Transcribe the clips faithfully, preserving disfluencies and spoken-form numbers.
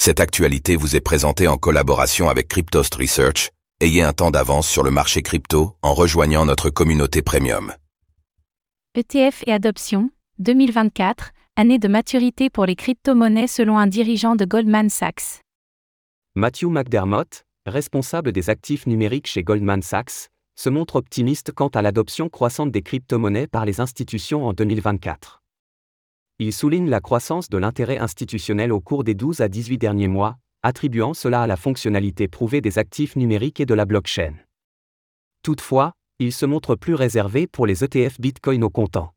Cette actualité vous est présentée en collaboration avec Cryptost Research. Ayez un temps d'avance sur le marché crypto en rejoignant notre communauté premium. E T F et adoption, deux mille vingt-quatre, année de maturité pour les crypto-monnaies selon un dirigeant de Goldman Sachs. Matthew McDermott, responsable des actifs numériques chez Goldman Sachs, se montre optimiste quant à l'adoption croissante des crypto-monnaies par les institutions en deux mille vingt-quatre. Il souligne la croissance de l'intérêt institutionnel au cours des douze à dix-huit derniers mois, attribuant cela à la fonctionnalité prouvée des actifs numériques et de la blockchain. Toutefois, il se montre plus réservé pour les E T F Bitcoin au comptant.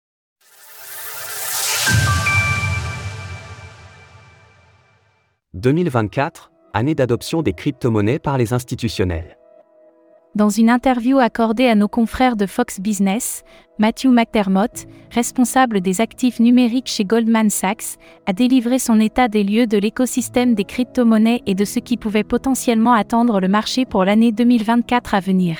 deux mille vingt-quatre, année d'adoption des crypto-monnaies par les institutionnels. Dans une interview accordée à nos confrères de Fox Business, Matthew McDermott, responsable des actifs numériques chez Goldman Sachs, a délivré son état des lieux de l'écosystème des crypto-monnaies et de ce qui pouvait potentiellement attendre le marché pour l'année deux mille vingt-quatre à venir.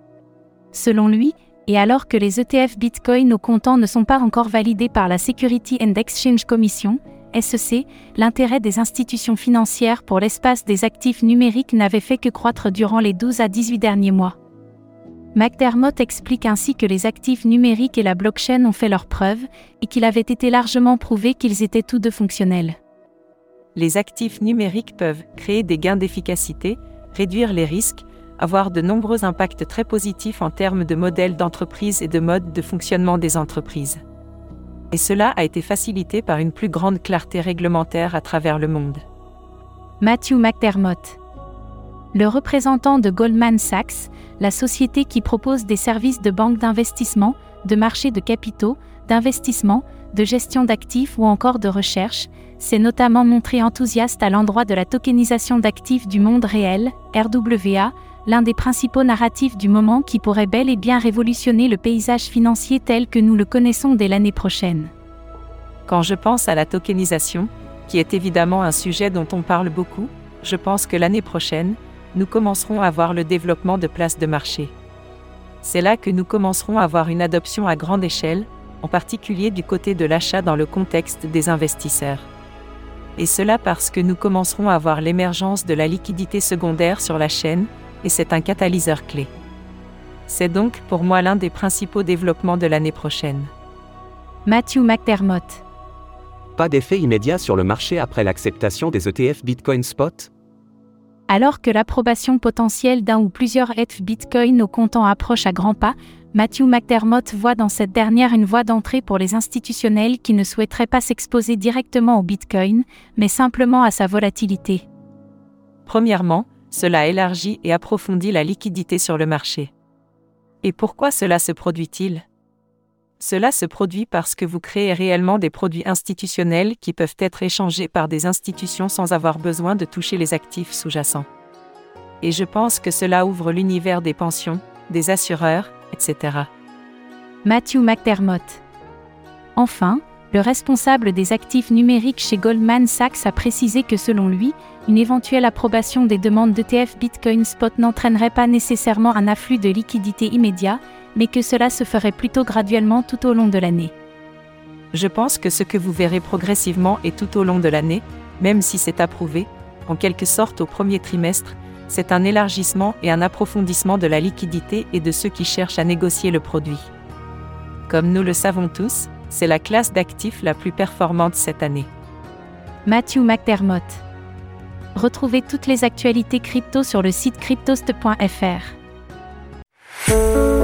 Selon lui, et alors que les E T F Bitcoin au comptant ne sont pas encore validés par la Security and Exchange Commission, S E C, l'intérêt des institutions financières pour l'espace des actifs numériques n'avait fait que croître durant les douze à dix-huit derniers mois. McDermott explique ainsi que les actifs numériques et la blockchain ont fait leurs preuves, et qu'il avait été largement prouvé qu'ils étaient tous deux fonctionnels. Les actifs numériques peuvent créer des gains d'efficacité, réduire les risques, avoir de nombreux impacts très positifs en termes de modèles d'entreprise et de mode de fonctionnement des entreprises. Et cela a été facilité par une plus grande clarté réglementaire à travers le monde. Matthew McDermott. Le représentant de Goldman Sachs, la société qui propose des services de banque d'investissement, de marché de capitaux, d'investissement, de gestion d'actifs ou encore de recherche, s'est notamment montré enthousiaste à l'endroit de la tokenisation d'actifs du monde réel, R W A, l'un des principaux narratifs du moment qui pourrait bel et bien révolutionner le paysage financier tel que nous le connaissons dès l'année prochaine. Quand je pense à la tokenisation, qui est évidemment un sujet dont on parle beaucoup, je pense que l'année prochaine, nous commencerons à voir le développement de places de marché. C'est là que nous commencerons à voir une adoption à grande échelle, en particulier du côté de l'achat dans le contexte des investisseurs. Et cela parce que nous commencerons à voir l'émergence de la liquidité secondaire sur la chaîne, et c'est un catalyseur clé. C'est donc pour moi l'un des principaux développements de l'année prochaine. Matthew McDermott. Pas d'effet immédiat sur le marché après l'acceptation des E T F Bitcoin Spot ? Alors que l'approbation potentielle d'un ou plusieurs E T F Bitcoin au comptant approche à grands pas, Matthew McDermott voit dans cette dernière une voie d'entrée pour les institutionnels qui ne souhaiteraient pas s'exposer directement au Bitcoin, mais simplement à sa volatilité. Premièrement, cela élargit et approfondit la liquidité sur le marché. Et pourquoi cela se produit-il ? Cela se produit parce que vous créez réellement des produits institutionnels qui peuvent être échangés par des institutions sans avoir besoin de toucher les actifs sous-jacents. Et je pense que cela ouvre l'univers des pensions, des assureurs, et cetera. Matthew McDermott. Enfin, le responsable des actifs numériques chez Goldman Sachs a précisé que selon lui, une éventuelle approbation des demandes d'E T F Bitcoin Spot n'entraînerait pas nécessairement un afflux de liquidités immédiat, mais que cela se ferait plutôt graduellement tout au long de l'année. Je pense que ce que vous verrez progressivement et tout au long de l'année, même si c'est approuvé, en quelque sorte au premier trimestre, c'est un élargissement et un approfondissement de la liquidité et de ceux qui cherchent à négocier le produit. Comme nous le savons tous, c'est la classe d'actifs la plus performante cette année. Matthew McDermott. Retrouvez toutes les actualités crypto sur le site cryptost point f r.